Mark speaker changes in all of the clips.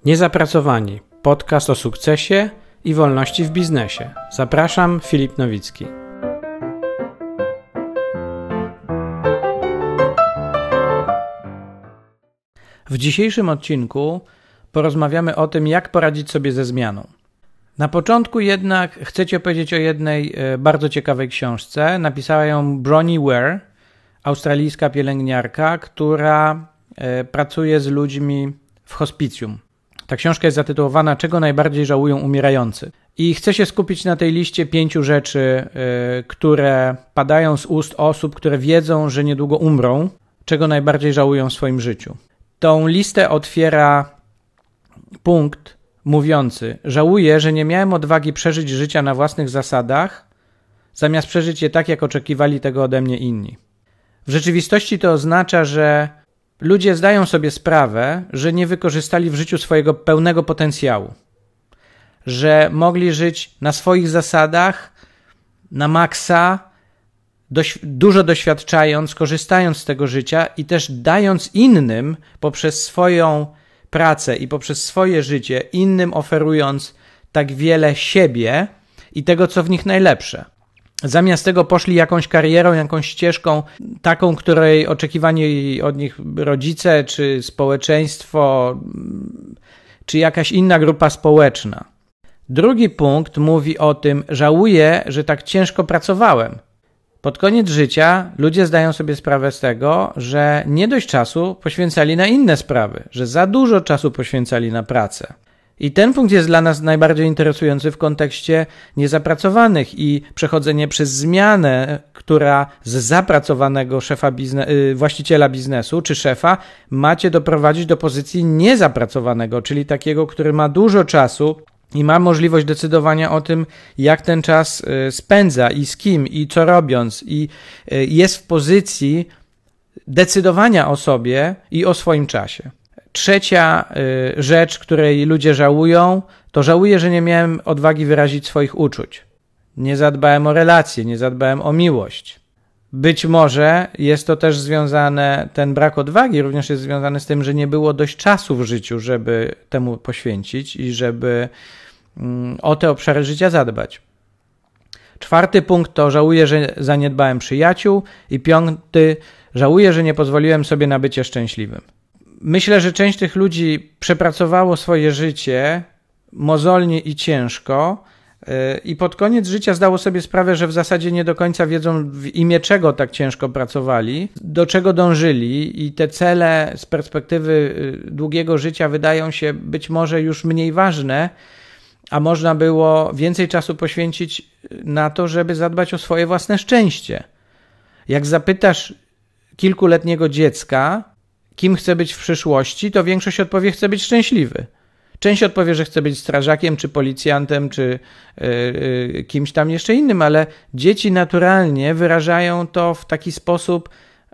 Speaker 1: Niezapracowani. Podcast o sukcesie i wolności w biznesie. Zapraszam, Filip Nowicki. W dzisiejszym odcinku porozmawiamy o tym, jak poradzić sobie ze zmianą. Na początku jednak chcę Ci opowiedzieć o jednej bardzo ciekawej książce. Napisała ją Bronnie Ware, australijska pielęgniarka, która pracuje z ludźmi w hospicjum. Ta książka jest zatytułowana Czego najbardziej żałują umierający. I chcę się skupić na tej liście 5 rzeczy, które padają z ust osób, które wiedzą, że niedługo umrą, czego najbardziej żałują w swoim życiu. Tą listę otwiera punkt mówiący: żałuję, że nie miałem odwagi przeżyć życia na własnych zasadach, zamiast przeżyć je tak, jak oczekiwali tego ode mnie inni. W rzeczywistości to oznacza, że ludzie zdają sobie sprawę, że nie wykorzystali w życiu swojego pełnego potencjału, że mogli żyć na swoich zasadach, na maksa, dużo doświadczając, korzystając z tego życia i też dając innym poprzez swoją pracę i poprzez swoje życie, innym oferując tak wiele siebie i tego, co w nich najlepsze. Zamiast tego poszli jakąś karierą, jakąś ścieżką, taką, której oczekiwani od nich rodzice, czy społeczeństwo, czy jakaś inna grupa społeczna. Drugi punkt mówi o tym: żałuję, że tak ciężko pracowałem. Pod koniec życia ludzie zdają sobie sprawę z tego, że nie dość czasu poświęcali na inne sprawy, że za dużo czasu poświęcali na pracę. I ten punkt jest dla nas najbardziej interesujący w kontekście niezapracowanych i przechodzenie przez zmianę, która z zapracowanego właściciela biznesu czy szefa macie doprowadzić do pozycji niezapracowanego, czyli takiego, który ma dużo czasu i ma możliwość decydowania o tym, jak ten czas spędza i z kim i co robiąc, i jest w pozycji decydowania o sobie i o swoim czasie. Trzecia rzecz, której ludzie żałują, to żałuję, że nie miałem odwagi wyrazić swoich uczuć. Nie zadbałem o relacje, nie zadbałem o miłość. Być może jest to też związane, ten brak odwagi również jest związany z tym, że nie było dość czasu w życiu, żeby temu poświęcić i żeby o te obszary życia zadbać. Czwarty punkt to żałuję, że zaniedbałem przyjaciół i piąty, żałuję, że nie pozwoliłem sobie na bycie szczęśliwym. Myślę, że część tych ludzi przepracowało swoje życie mozolnie i ciężko i pod koniec życia zdało sobie sprawę, że w zasadzie nie do końca wiedzą, w imię czego tak ciężko pracowali, do czego dążyli, i te cele z perspektywy długiego życia wydają się być może już mniej ważne, a można było więcej czasu poświęcić na to, żeby zadbać o swoje własne szczęście. Jak zapytasz kilkuletniego dziecka, kim chce być w przyszłości, to większość odpowie: chce być szczęśliwy. Część odpowie, że chce być strażakiem, czy policjantem, czy kimś tam jeszcze innym, ale dzieci naturalnie wyrażają to w taki sposób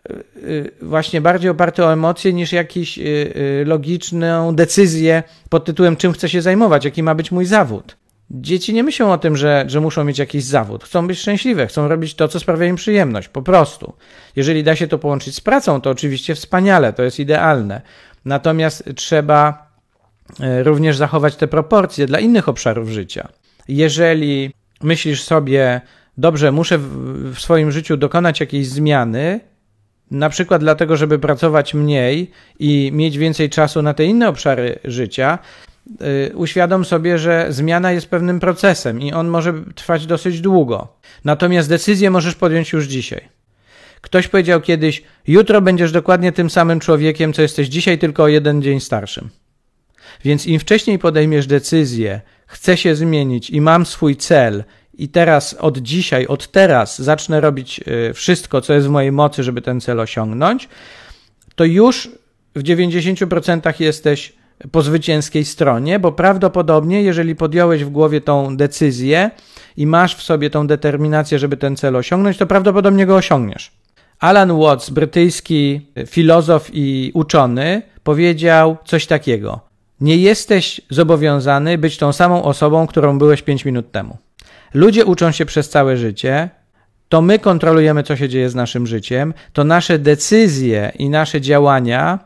Speaker 1: właśnie bardziej oparty o emocje niż jakąś logiczną decyzję pod tytułem: czym chcę się zajmować, jaki ma być mój zawód. Dzieci nie myślą o tym, że muszą mieć jakiś zawód. Chcą być szczęśliwe, chcą robić to, co sprawia im przyjemność, po prostu. Jeżeli da się to połączyć z pracą, to oczywiście wspaniale, to jest idealne. Natomiast trzeba również zachować te proporcje dla innych obszarów życia. Jeżeli myślisz sobie: dobrze, muszę w swoim życiu dokonać jakiejś zmiany, na przykład dlatego, żeby pracować mniej i mieć więcej czasu na te inne obszary życia, uświadom sobie, że zmiana jest pewnym procesem i on może trwać dosyć długo. Natomiast decyzję możesz podjąć już dzisiaj. Ktoś powiedział kiedyś: jutro będziesz dokładnie tym samym człowiekiem, co jesteś dzisiaj, tylko o 1 dzień starszym. Więc im wcześniej podejmiesz decyzję: chcę się zmienić i mam swój cel i teraz, od teraz zacznę robić wszystko, co jest w mojej mocy, żeby ten cel osiągnąć, to już w 90% jesteś po zwycięskiej stronie, bo prawdopodobnie, jeżeli podjąłeś w głowie tą decyzję i masz w sobie tą determinację, żeby ten cel osiągnąć, to prawdopodobnie go osiągniesz. Alan Watts, brytyjski filozof i uczony, powiedział coś takiego: nie jesteś zobowiązany być tą samą osobą, którą byłeś 5 minut temu. Ludzie uczą się przez całe życie, to my kontrolujemy, co się dzieje z naszym życiem, to nasze decyzje i nasze działania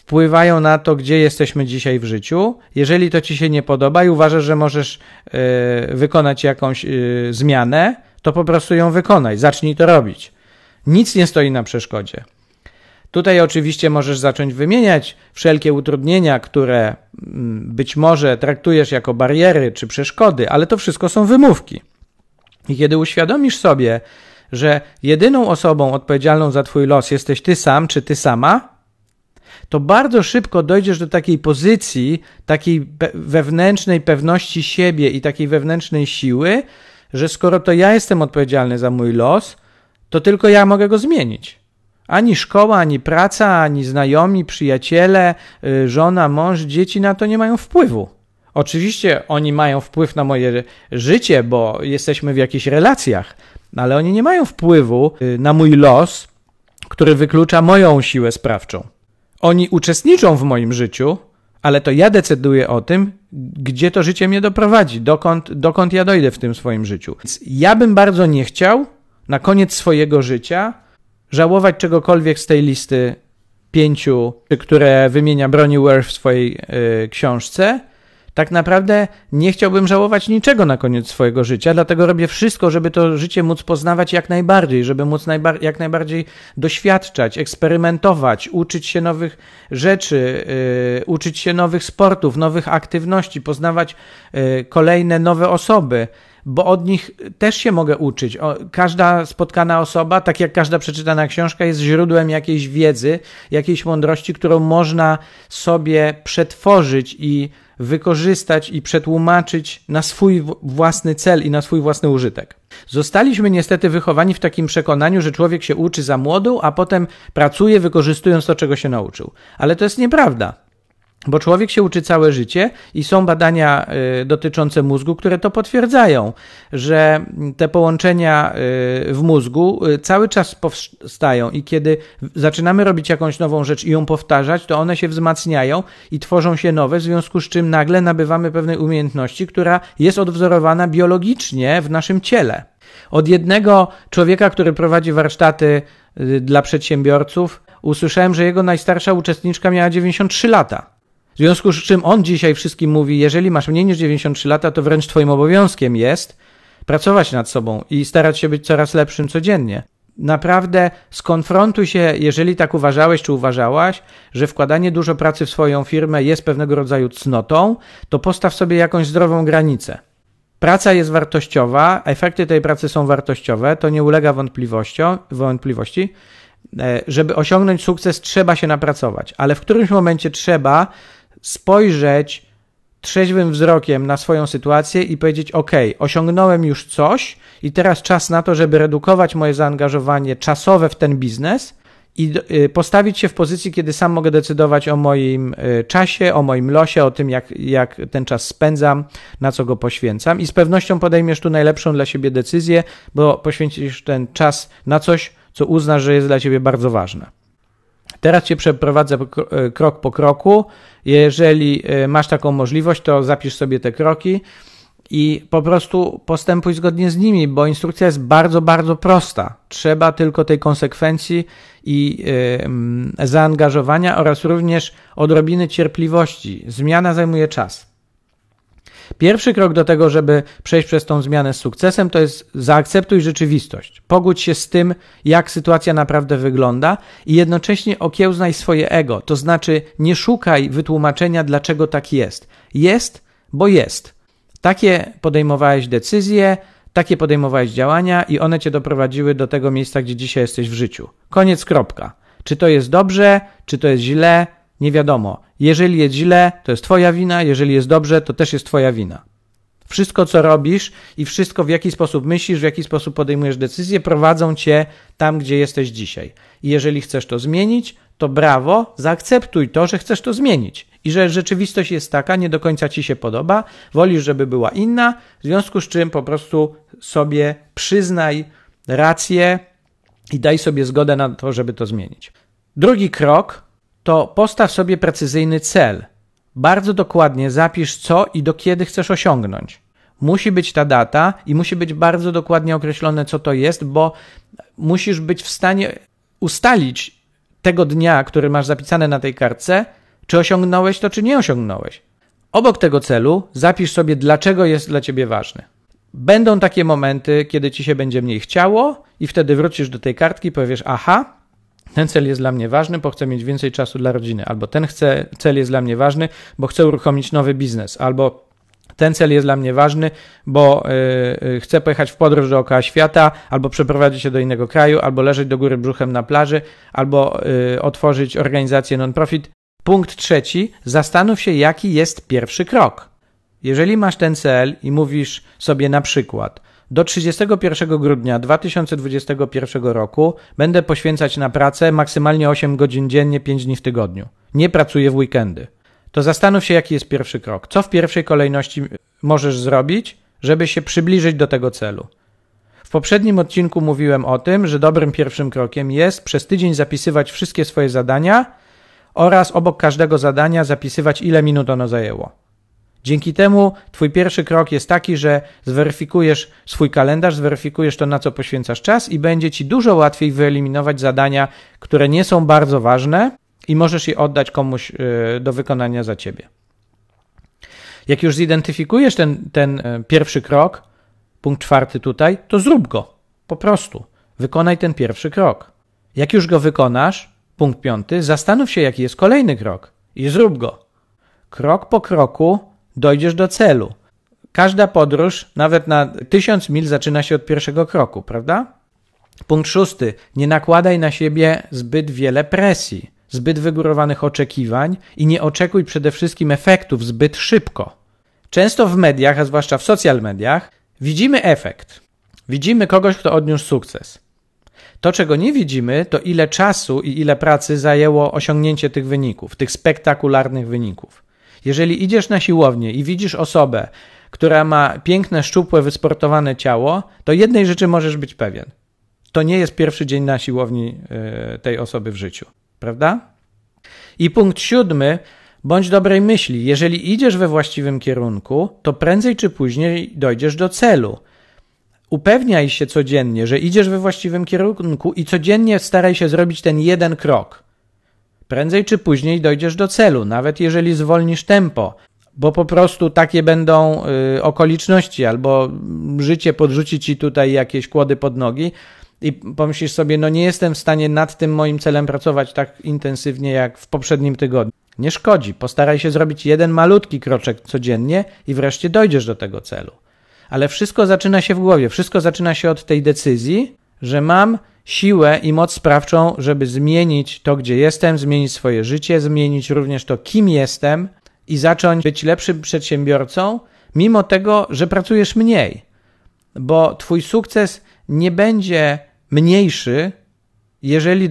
Speaker 1: wpływają na to, gdzie jesteśmy dzisiaj w życiu. Jeżeli to ci się nie podoba i uważasz, że możesz wykonać jakąś zmianę, to po prostu ją wykonaj, zacznij to robić. Nic nie stoi na przeszkodzie. Tutaj oczywiście możesz zacząć wymieniać wszelkie utrudnienia, które być może traktujesz jako bariery czy przeszkody, ale to wszystko są wymówki. I kiedy uświadomisz sobie, że jedyną osobą odpowiedzialną za twój los jesteś ty sam czy ty sama, to bardzo szybko dojdziesz do takiej pozycji, takiej wewnętrznej pewności siebie i takiej wewnętrznej siły, że skoro to ja jestem odpowiedzialny za mój los, to tylko ja mogę go zmienić. Ani szkoła, ani praca, ani znajomi, przyjaciele, żona, mąż, dzieci na to nie mają wpływu. Oczywiście oni mają wpływ na moje życie, bo jesteśmy w jakichś relacjach, ale oni nie mają wpływu na mój los, który wyklucza moją siłę sprawczą. Oni uczestniczą w moim życiu, ale to ja decyduję o tym, gdzie to życie mnie doprowadzi, dokąd ja dojdę w tym swoim życiu. Więc ja bym bardzo nie chciał na koniec swojego życia żałować czegokolwiek z tej listy 5, które wymienia Bronnie Ware w swojej książce. Tak naprawdę nie chciałbym żałować niczego na koniec swojego życia, dlatego robię wszystko, żeby to życie móc poznawać jak najbardziej, żeby móc jak najbardziej doświadczać, eksperymentować, uczyć się nowych rzeczy, uczyć się nowych sportów, nowych aktywności, poznawać kolejne nowe osoby, bo od nich też się mogę uczyć. Każda spotkana osoba, tak jak każda przeczytana książka, jest źródłem jakiejś wiedzy, jakiejś mądrości, którą można sobie przetworzyć i wykorzystać i przetłumaczyć na swój własny cel i na swój własny użytek. Zostaliśmy niestety wychowani w takim przekonaniu, że człowiek się uczy za młodu, a potem pracuje, wykorzystując to, czego się nauczył. Ale to jest nieprawda. Bo człowiek się uczy całe życie i są badania dotyczące mózgu, które to potwierdzają, że te połączenia w mózgu cały czas powstają i kiedy zaczynamy robić jakąś nową rzecz i ją powtarzać, to one się wzmacniają i tworzą się nowe, w związku z czym nagle nabywamy pewnej umiejętności, która jest odwzorowana biologicznie w naszym ciele. Od jednego człowieka, który prowadzi warsztaty dla przedsiębiorców, usłyszałem, że jego najstarsza uczestniczka miała 93 lata. W związku z czym on dzisiaj wszystkim mówi, jeżeli masz mniej niż 93 lata, to wręcz twoim obowiązkiem jest pracować nad sobą i starać się być coraz lepszym codziennie. Naprawdę skonfrontuj się, jeżeli tak uważałeś czy uważałaś, że wkładanie dużo pracy w swoją firmę jest pewnego rodzaju cnotą, to postaw sobie jakąś zdrową granicę. Praca jest wartościowa, efekty tej pracy są wartościowe, to nie ulega wątpliwości. Żeby osiągnąć sukces, trzeba się napracować, ale w którymś momencie trzeba spojrzeć trzeźwym wzrokiem na swoją sytuację i powiedzieć: OK, osiągnąłem już coś i teraz czas na to, żeby redukować moje zaangażowanie czasowe w ten biznes i postawić się w pozycji, kiedy sam mogę decydować o moim czasie, o moim losie, o tym, jak ten czas spędzam, na co go poświęcam i z pewnością podejmiesz tu najlepszą dla siebie decyzję, bo poświęcisz ten czas na coś, co uznasz, że jest dla ciebie bardzo ważne. Teraz cię przeprowadzę krok po kroku. Jeżeli masz taką możliwość, to zapisz sobie te kroki i po prostu postępuj zgodnie z nimi, bo instrukcja jest bardzo, bardzo prosta. Trzeba tylko tej konsekwencji i zaangażowania oraz również odrobiny cierpliwości. Zmiana zajmuje czas. Pierwszy krok do tego, żeby przejść przez tą zmianę z sukcesem, to jest zaakceptuj rzeczywistość. Pogódź się z tym, jak sytuacja naprawdę wygląda i jednocześnie okiełznaj swoje ego. To znaczy nie szukaj wytłumaczenia, dlaczego tak jest. Jest, bo jest. Takie podejmowałeś decyzje, takie podejmowałeś działania i one cię doprowadziły do tego miejsca, gdzie dzisiaj jesteś w życiu. Koniec, kropka. Czy to jest dobrze, czy to jest źle? Nie wiadomo. Jeżeli jest źle, to jest twoja wina, jeżeli jest dobrze, to też jest twoja wina. Wszystko, co robisz i wszystko, w jaki sposób myślisz, w jaki sposób podejmujesz decyzje, prowadzą cię tam, gdzie jesteś dzisiaj. I jeżeli chcesz to zmienić, to brawo, zaakceptuj to, że chcesz to zmienić. I że rzeczywistość jest taka, nie do końca ci się podoba, wolisz, żeby była inna, w związku z czym po prostu sobie przyznaj rację i daj sobie zgodę na to, żeby to zmienić. Drugi krok to postaw sobie precyzyjny cel. Bardzo dokładnie zapisz, co i do kiedy chcesz osiągnąć. Musi być ta data i musi być bardzo dokładnie określone, co to jest, bo musisz być w stanie ustalić tego dnia, który masz zapisane na tej kartce, czy osiągnąłeś to, czy nie osiągnąłeś. Obok tego celu zapisz sobie, dlaczego jest dla ciebie ważny. Będą takie momenty, kiedy ci się będzie mniej chciało i wtedy wrócisz do tej kartki i powiesz, aha, ten cel jest dla mnie ważny, bo chcę mieć więcej czasu dla rodziny, albo ten cel jest dla mnie ważny, bo chcę uruchomić nowy biznes, albo ten cel jest dla mnie ważny, bo chcę pojechać w podróż dookoła świata, albo przeprowadzić się do innego kraju, albo leżeć do góry brzuchem na plaży, albo otworzyć organizację non-profit. Punkt 3. Zastanów się, jaki jest pierwszy krok. Jeżeli masz ten cel i mówisz sobie na przykład, do 31 grudnia 2021 roku będę poświęcać na pracę maksymalnie 8 godzin dziennie, 5 dni w tygodniu. Nie pracuję w weekendy. To zastanów się, jaki jest pierwszy krok. Co w pierwszej kolejności możesz zrobić, żeby się przybliżyć do tego celu? W poprzednim odcinku mówiłem o tym, że dobrym pierwszym krokiem jest przez tydzień zapisywać wszystkie swoje zadania oraz obok każdego zadania zapisywać, ile minut ono zajęło. Dzięki temu twój pierwszy krok jest taki, że zweryfikujesz swój kalendarz, zweryfikujesz to, na co poświęcasz czas i będzie ci dużo łatwiej wyeliminować zadania, które nie są bardzo ważne i możesz je oddać komuś do wykonania za ciebie. Jak już zidentyfikujesz ten pierwszy krok, punkt 4 tutaj, to zrób go. Po prostu. Wykonaj ten pierwszy krok. Jak już go wykonasz, punkt 5, zastanów się, jaki jest kolejny krok i zrób go. Krok po kroku dojdziesz do celu. Każda podróż, nawet na 1000 mil, zaczyna się od pierwszego kroku, prawda? Punkt 6. Nie nakładaj na siebie zbyt wiele presji, zbyt wygórowanych oczekiwań i nie oczekuj przede wszystkim efektów zbyt szybko. Często w mediach, a zwłaszcza w social mediach, widzimy efekt. Widzimy kogoś, kto odniósł sukces. To, czego nie widzimy, to ile czasu i ile pracy zajęło osiągnięcie tych wyników, tych spektakularnych wyników. Jeżeli idziesz na siłownię i widzisz osobę, która ma piękne, szczupłe, wysportowane ciało, to jednej rzeczy możesz być pewien. To nie jest pierwszy dzień na siłowni tej osoby w życiu, prawda? I punkt 7. Bądź dobrej myśli. Jeżeli idziesz we właściwym kierunku, to prędzej czy później dojdziesz do celu. Upewniaj się codziennie, że idziesz we właściwym kierunku i codziennie staraj się zrobić ten jeden krok. Prędzej czy później dojdziesz do celu, nawet jeżeli zwolnisz tempo, bo po prostu takie będą okoliczności, albo życie podrzuci ci tutaj jakieś kłody pod nogi i pomyślisz sobie, no nie jestem w stanie nad tym moim celem pracować tak intensywnie jak w poprzednim tygodniu. Nie szkodzi, postaraj się zrobić jeden malutki kroczek codziennie i wreszcie dojdziesz do tego celu. Ale wszystko zaczyna się w głowie, wszystko zaczyna się od tej decyzji, że mam siłę i moc sprawczą, żeby zmienić to, gdzie jestem, zmienić swoje życie, zmienić również to, kim jestem i zacząć być lepszym przedsiębiorcą, mimo tego, że pracujesz mniej. Bo twój sukces nie będzie mniejszy, jeżeli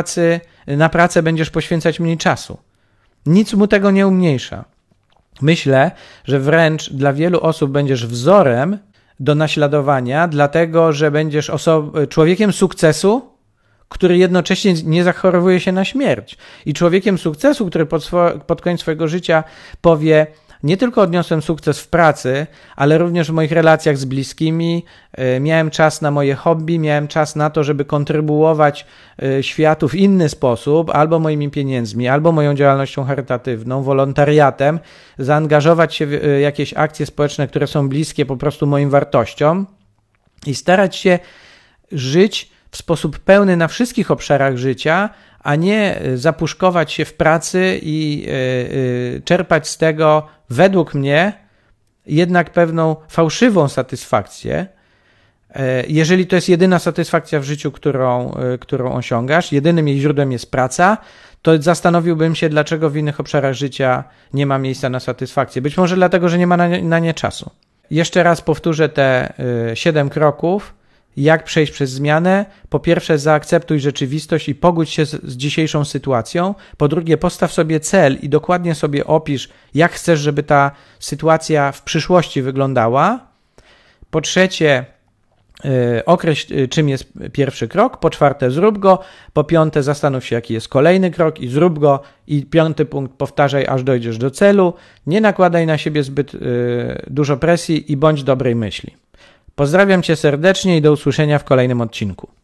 Speaker 1: na pracę będziesz poświęcać mniej czasu. Nic mu tego nie umniejsza. Myślę, że wręcz dla wielu osób będziesz wzorem do naśladowania, dlatego że będziesz człowiekiem sukcesu, który jednocześnie nie zachorowuje się na śmierć. I człowiekiem sukcesu, który pod koniec swojego życia powie, nie tylko odniosłem sukces w pracy, ale również w moich relacjach z bliskimi, miałem czas na moje hobby, miałem czas na to, żeby kontrybuować światu w inny sposób, albo moimi pieniędzmi, albo moją działalnością charytatywną, wolontariatem, zaangażować się w jakieś akcje społeczne, które są bliskie po prostu moim wartościom i starać się żyć w sposób pełny na wszystkich obszarach życia, a nie zapuszkować się w pracy i czerpać z tego, według mnie, jednak pewną fałszywą satysfakcję. Jeżeli to jest jedyna satysfakcja w życiu, którą osiągasz, jedynym jej źródłem jest praca, to zastanowiłbym się, dlaczego w innych obszarach życia nie ma miejsca na satysfakcję. Być może dlatego, że nie ma na nie czasu. Jeszcze raz powtórzę te 7 kroków. Jak przejść przez zmianę? Po pierwsze, zaakceptuj rzeczywistość i pogódź się z dzisiejszą sytuacją. Po drugie, postaw sobie cel i dokładnie sobie opisz, jak chcesz, żeby ta sytuacja w przyszłości wyglądała. Po trzecie, określ, czym jest pierwszy krok. Po czwarte, zrób go. Po piąte, zastanów się, jaki jest kolejny krok i zrób go. I 5. punkt, powtarzaj, aż dojdziesz do celu. Nie nakładaj na siebie zbyt dużo presji i bądź dobrej myśli. Pozdrawiam Cię serdecznie i do usłyszenia w kolejnym odcinku.